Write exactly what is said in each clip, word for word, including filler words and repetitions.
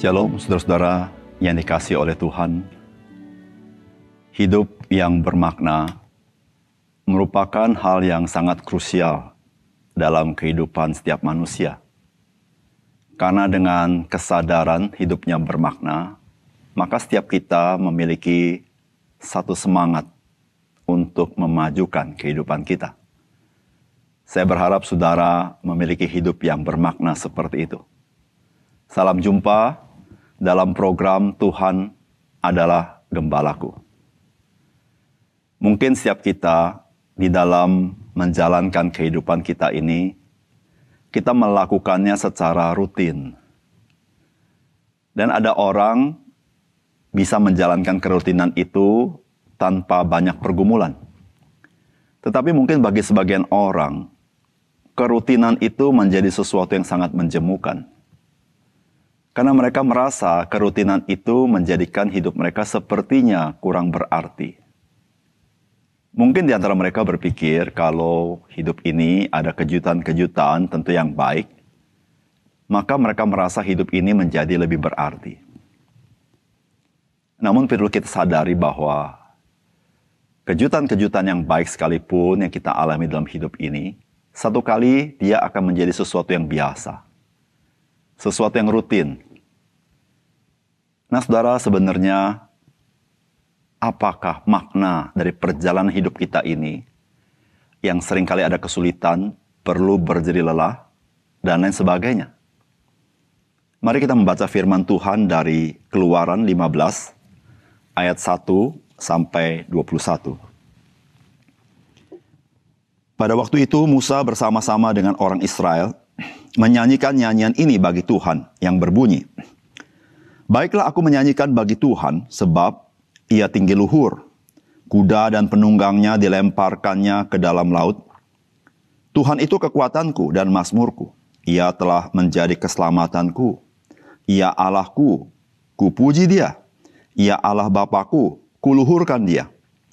Shalom saudara-saudara yang dikasihi oleh Tuhan. Hidup yang bermakna merupakan hal yang sangat krusial dalam kehidupan setiap manusia. Karena dengan kesadaran hidupnya bermakna, maka setiap kita memiliki satu semangat untuk memajukan kehidupan kita. Saya berharap saudara memiliki hidup yang bermakna seperti itu. Salam jumpa dalam program Tuhan adalah Gembalaku. Mungkin setiap kita di dalam menjalankan kehidupan kita ini, kita melakukannya secara rutin. Dan ada orang bisa menjalankan kerutinan itu tanpa banyak pergumulan. Tetapi mungkin bagi sebagian orang, kerutinan itu menjadi sesuatu yang sangat menjemukan. Karena mereka merasa kerutinan itu menjadikan hidup mereka sepertinya kurang berarti. Mungkin di antara mereka berpikir kalau hidup ini ada kejutan-kejutan tentu yang baik, maka mereka merasa hidup ini menjadi lebih berarti. Namun perlu kita sadari bahwa kejutan-kejutan yang baik sekalipun yang kita alami dalam hidup ini, satu kali dia akan menjadi sesuatu yang biasa. Sesuatu yang rutin. Nah, saudara, sebenarnya apakah makna dari perjalanan hidup kita ini yang seringkali ada kesulitan, perlu berjeri lelah, dan lain sebagainya? Mari kita membaca firman Tuhan dari Keluaran lima belas, ayat satu sampai dua puluh satu. Pada waktu itu Musa bersama-sama dengan orang Israel menyanyikan nyanyian ini bagi Tuhan yang berbunyi, "Baiklah aku menyanyikan bagi Tuhan sebab ia tinggi luhur. Kuda dan penunggangnya dilemparkannya ke dalam laut. Tuhan itu kekuatanku dan mazmurku. Ia telah menjadi keselamatanku. Ia Allahku, kupuji dia. Ia Allah Bapakku, kuluhurkan dia.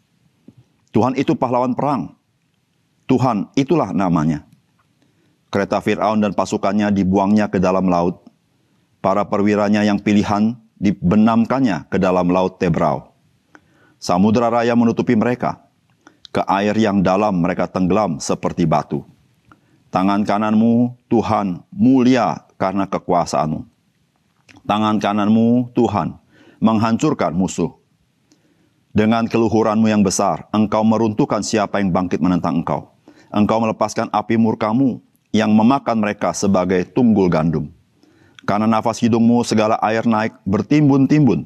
Tuhan itu pahlawan perang. Tuhan itulah namanya. Kereta Fir'aun dan pasukannya dibuangnya ke dalam laut. Para perwiranya yang pilihan dibenamkannya ke dalam laut Tebrau. Samudra raya menutupi mereka. Ke air yang dalam mereka tenggelam seperti batu. Tangan kananmu, Tuhan, mulia karena kekuasaanmu. Tangan kananmu, Tuhan, menghancurkan musuh. Dengan keluhuranmu yang besar, engkau meruntuhkan siapa yang bangkit menentang engkau. Engkau melepaskan api murkamu yang memakan mereka sebagai tunggul gandum. Karena nafas hidungmu segala air naik bertimbun-timbun.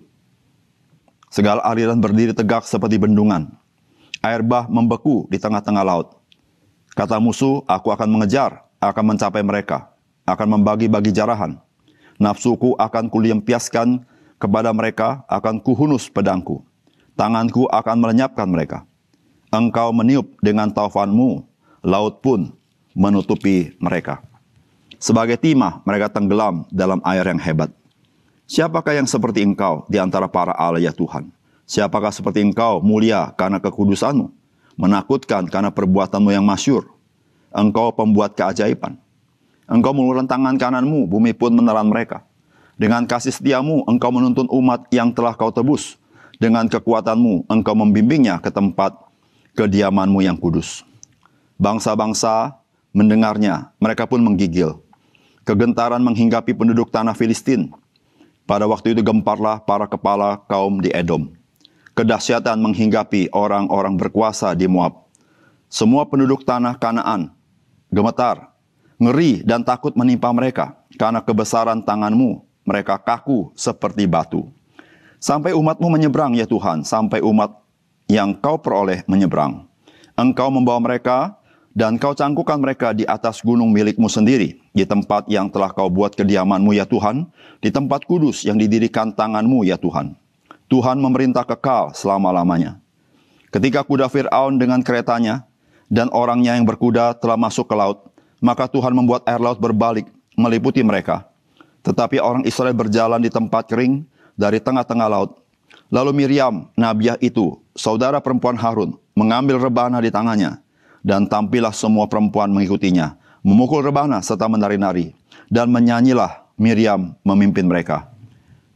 Segala aliran berdiri tegak seperti bendungan. Air bah membeku di tengah-tengah laut. Kata musuh, aku akan mengejar, akan mencapai mereka, akan membagi-bagi jarahan. Nafsuku akan kulimpiaskan kepada mereka, akan kuhunus pedangku. Tanganku akan melenyapkan mereka. Engkau meniup dengan taufanmu, laut pun menutupi mereka. Sebagai timah mereka tenggelam dalam air yang hebat. Siapakah yang seperti engkau di antara para Allah ya Tuhan? Siapakah seperti engkau mulia karena kekudusanmu? Menakutkan karena perbuatanmu yang masyur. Engkau pembuat keajaiban. Engkau mengulurkan tangan kananmu, bumi pun menelan mereka. Dengan kasih setiamu engkau menuntun umat yang telah kau tebus. Dengan kekuatanmu engkau membimbingnya ke tempat kediamanmu yang kudus. Bangsa-bangsa mendengarnya, mereka pun menggigil. Kegentaran menghinggapi penduduk tanah Filistin. Pada waktu itu gemparlah para kepala kaum di Edom. Kedahsyatan menghinggapi orang-orang berkuasa di Moab. Semua penduduk tanah Kanaan gemetar, ngeri dan takut menimpa mereka. Karena kebesaran tanganmu, mereka kaku seperti batu. Sampai umatmu menyeberang ya Tuhan, sampai umat yang kau peroleh menyeberang. Engkau membawa mereka dan kau cangkukan mereka di atas gunung milikmu sendiri, di tempat yang telah kau buat kediamanmu ya Tuhan, di tempat kudus yang didirikan tanganmu ya Tuhan. Tuhan memerintah kekal selama-lamanya. Ketika kuda Fir'aun dengan keretanya dan orangnya yang berkuda telah masuk ke laut, maka Tuhan membuat air laut berbalik, meliputi mereka. Tetapi orang Israel berjalan di tempat kering dari tengah-tengah laut. Lalu Miriam, nabiah itu, saudara perempuan Harun, mengambil rebana di tangannya, dan tampillah semua perempuan mengikutinya, memukul rebana serta menari-nari. Dan menyanyilah Miriam memimpin mereka.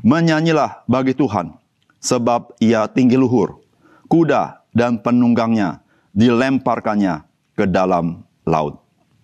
Menyanyilah bagi Tuhan, sebab ia tinggi luhur. Kuda dan penunggangnya dilemparkannya ke dalam laut.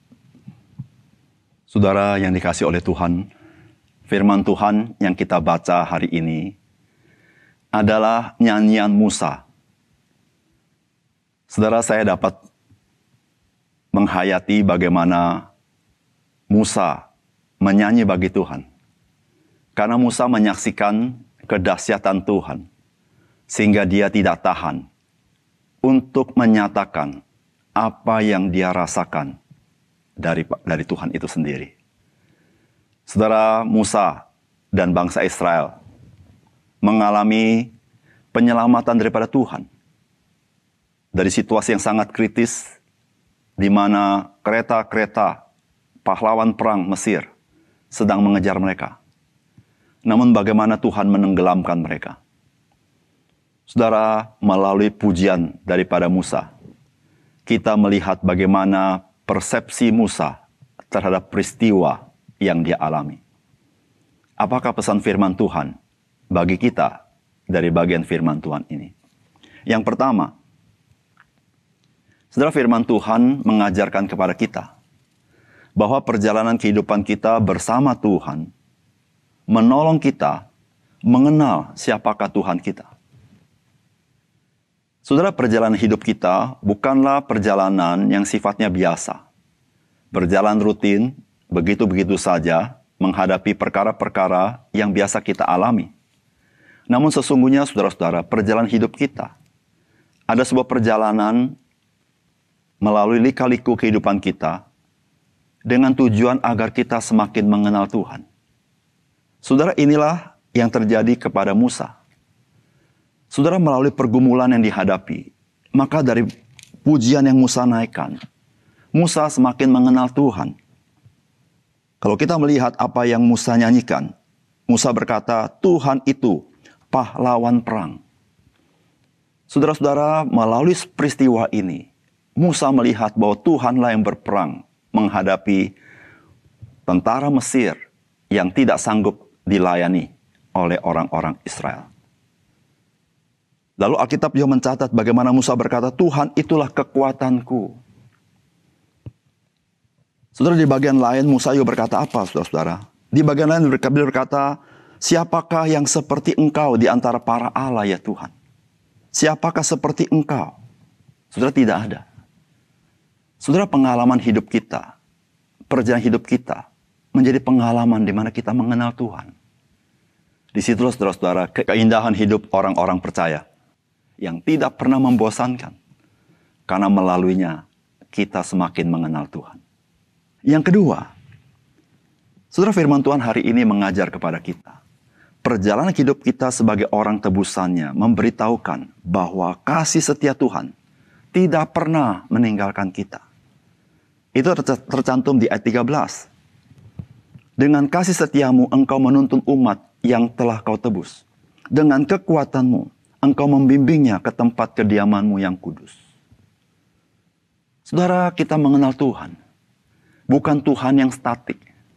Saudara yang dikasihi oleh Tuhan, firman Tuhan yang kita baca hari ini adalah nyanyian Musa. Saudara, saya dapat menghayati bagaimana Musa menyanyi bagi Tuhan. Karena Musa menyaksikan kedahsyatan Tuhan, sehingga dia tidak tahan untuk menyatakan apa yang dia rasakan dari, dari Tuhan itu sendiri. Saudara, Musa dan bangsa Israel mengalami penyelamatan daripada Tuhan. Dari situasi yang sangat kritis, di mana kereta-kereta pahlawan perang Mesir sedang mengejar mereka. Namun bagaimana Tuhan menenggelamkan mereka. Saudara, melalui pujian daripada Musa, kita melihat bagaimana persepsi Musa terhadap peristiwa yang dia alami. Apakah pesan firman Tuhan bagi kita dari bagian firman Tuhan ini? Yang pertama, saudara, firman Tuhan mengajarkan kepada kita bahwa perjalanan kehidupan kita bersama Tuhan menolong kita mengenal siapakah Tuhan kita. Saudara, perjalanan hidup kita bukanlah perjalanan yang sifatnya biasa. Berjalan rutin, begitu-begitu saja, menghadapi perkara-perkara yang biasa kita alami. Namun sesungguhnya, saudara-saudara, perjalanan hidup kita ada sebuah perjalanan melalui lika-liku kehidupan kita dengan tujuan agar kita semakin mengenal Tuhan. Saudara, inilah yang terjadi kepada Musa. Saudara, melalui pergumulan yang dihadapi, maka dari pujian yang Musa naikkan, Musa semakin mengenal Tuhan. Kalau kita melihat apa yang Musa nyanyikan, Musa berkata, Tuhan itu pahlawan perang. Saudara-saudara, melalui peristiwa ini, Musa melihat bahwa Tuhanlah yang berperang menghadapi tentara Mesir yang tidak sanggup dilayani oleh orang-orang Israel. Lalu Alkitab juga mencatat bagaimana Musa berkata, Tuhan itulah kekuatanku. Saudara, di bagian lain Musa juga berkata apa, saudara-saudara? Di bagian lain beliau berkata, siapakah yang seperti engkau di antara para Allah ya Tuhan? Siapakah seperti engkau? Saudara, tidak ada. Saudara, pengalaman hidup kita, perjalanan hidup kita, menjadi pengalaman di mana kita mengenal Tuhan. Disitulah, saudara-saudara, keindahan hidup orang-orang percaya yang tidak pernah membosankan. Karena melaluinya, kita semakin mengenal Tuhan. Yang kedua, saudara, firman Tuhan hari ini mengajar kepada kita. Perjalanan hidup kita sebagai orang tebusannya memberitahukan bahwa kasih setia Tuhan tidak pernah meninggalkan kita. Itu tercantum di ayat tiga belas. Dengan kasih setiamu engkau menuntun umat yang telah kau tebus. Dengan kekuatanmu engkau membimbingnya ke tempat kediamanmu yang kudus. Saudara, kita mengenal Tuhan. Bukan Tuhan yang statik.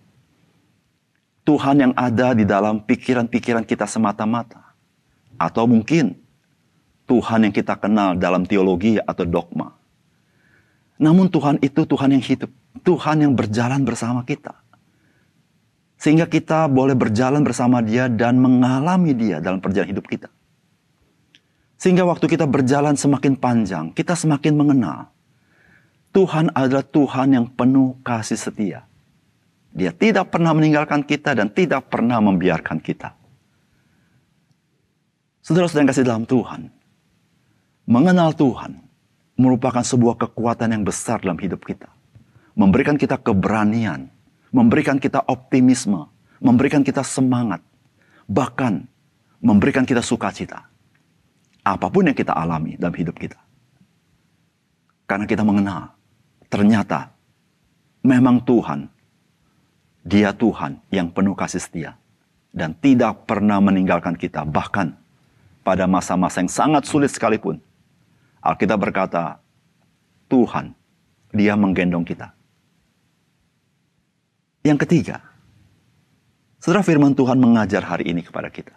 Tuhan yang ada di dalam pikiran-pikiran kita semata-mata. Atau mungkin Tuhan yang kita kenal dalam teologi atau dogma. Namun Tuhan itu Tuhan yang hidup. Tuhan yang berjalan bersama kita. Sehingga kita boleh berjalan bersama Dia dan mengalami Dia dalam perjalanan hidup kita. Sehingga waktu kita berjalan semakin panjang, kita semakin mengenal. Tuhan adalah Tuhan yang penuh kasih setia. Dia tidak pernah meninggalkan kita dan tidak pernah membiarkan kita. Saudara-saudara yang kasih dalam Tuhan, mengenal Tuhan merupakan sebuah kekuatan yang besar dalam hidup kita. Memberikan kita keberanian, memberikan kita optimisme, memberikan kita semangat, bahkan memberikan kita sukacita. Apapun yang kita alami dalam hidup kita. Karena kita mengenal, ternyata memang Tuhan, Dia Tuhan yang penuh kasih setia. Dan tidak pernah meninggalkan kita. Bahkan pada masa-masa yang sangat sulit sekalipun, Alkitab berkata, Tuhan, Dia menggendong kita. Yang ketiga, Saudara, firman Tuhan mengajar hari ini kepada kita.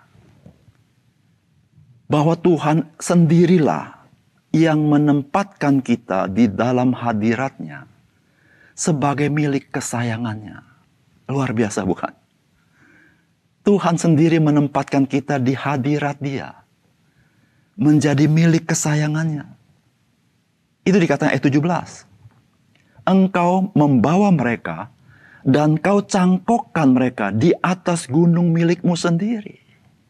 Bahwa Tuhan sendirilah yang menempatkan kita di dalam hadirat-Nya sebagai milik kesayangannya. Luar biasa bukan? Tuhan sendiri menempatkan kita di hadirat Dia. Menjadi milik kesayangannya. Itu dikatakan ayat tujuh belas. Engkau membawa mereka dan kau cangkokkan mereka di atas gunung milikmu sendiri.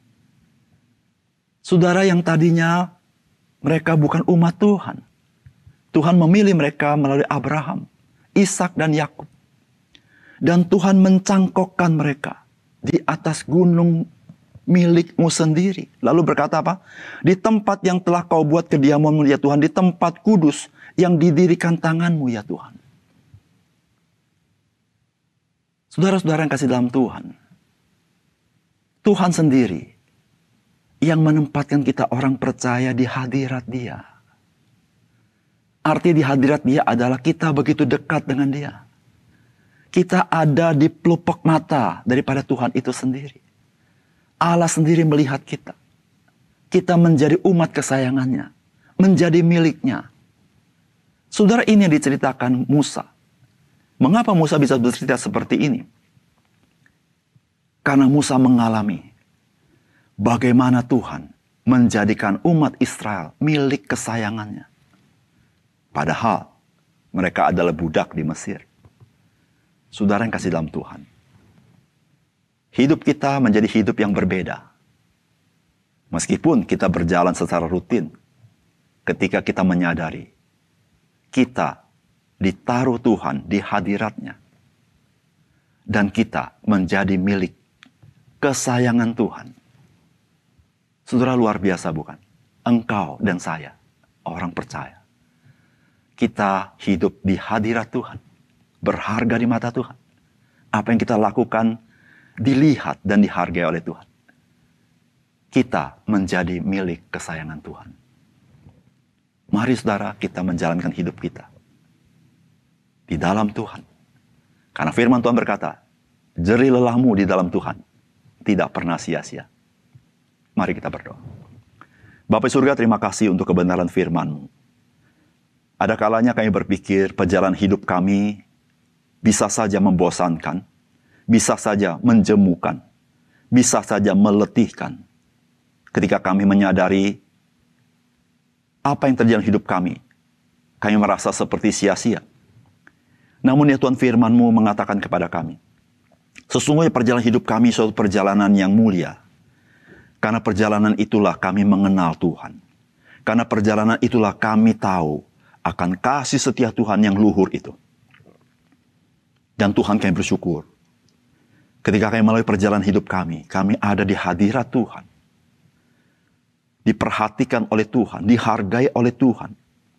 Saudara, yang tadinya mereka bukan umat Tuhan. Tuhan memilih mereka melalui Abraham, Ishak dan Yakub. Dan Tuhan mencangkokkan mereka di atas gunung milikmu sendiri. Lalu berkata apa? Di tempat yang telah kau buat kediamanmu ya Tuhan. Di tempat kudus yang didirikan tanganmu ya Tuhan. Saudara-saudara yang kasih dalam Tuhan. Tuhan sendiri yang menempatkan kita orang percaya di hadirat Dia. Arti di hadirat Dia adalah kita begitu dekat dengan Dia. Kita ada di pelupuk mata daripada Tuhan itu sendiri. Allah sendiri melihat kita. Kita menjadi umat kesayangannya. Menjadi miliknya. Saudara, ini yang diceritakan Musa. Mengapa Musa bisa bercerita seperti ini? Karena Musa mengalami bagaimana Tuhan menjadikan umat Israel milik kesayangannya. Padahal mereka adalah budak di Mesir. Saudara yang kasih dalam Tuhan. Hidup kita menjadi hidup yang berbeda. Meskipun kita berjalan secara rutin. Ketika kita menyadari. Kita ditaruh Tuhan di hadirat-Nya. Dan kita menjadi milik kesayangan Tuhan. Saudara, luar biasa bukan? Engkau dan saya, orang percaya. Kita hidup di hadirat Tuhan. Berharga di mata Tuhan. Apa yang kita lakukan dilihat dan dihargai oleh Tuhan. Kita menjadi milik kesayangan Tuhan. Mari saudara, kita menjalankan hidup kita di dalam Tuhan. Karena firman Tuhan berkata, jerih lelahmu di dalam Tuhan tidak pernah sia-sia. Mari kita berdoa. Bapa surga, terima kasih untuk kebenaran firman-Mu. Ada kalanya kami berpikir perjalanan hidup kami bisa saja membosankan, bisa saja menjemukan, bisa saja meletihkan. Ketika kami menyadari apa yang terjadi dalam hidup kami, kami merasa seperti sia-sia. Namun ya Tuhan, firman-Mu mengatakan kepada kami, sesungguhnya perjalanan hidup kami suatu perjalanan yang mulia. Karena perjalanan itulah kami mengenal Tuhan. Karena perjalanan itulah kami tahu akan kasih setia Tuhan yang luhur itu. Dan Tuhan, kami bersyukur. Ketika kami melalui perjalanan hidup kami, kami ada di hadirat Tuhan. Diperhatikan oleh Tuhan, dihargai oleh Tuhan.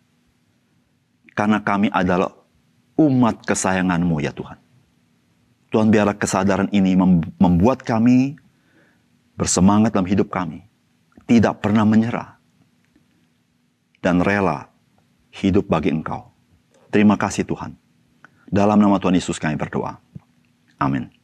Karena kami adalah umat kesayangan-Mu ya Tuhan. Tuhan, biarlah kesadaran ini membuat kami bersemangat dalam hidup kami. Tidak pernah menyerah. Dan rela hidup bagi Engkau. Terima kasih Tuhan. Dalam nama Tuhan Yesus kami berdoa. Amin.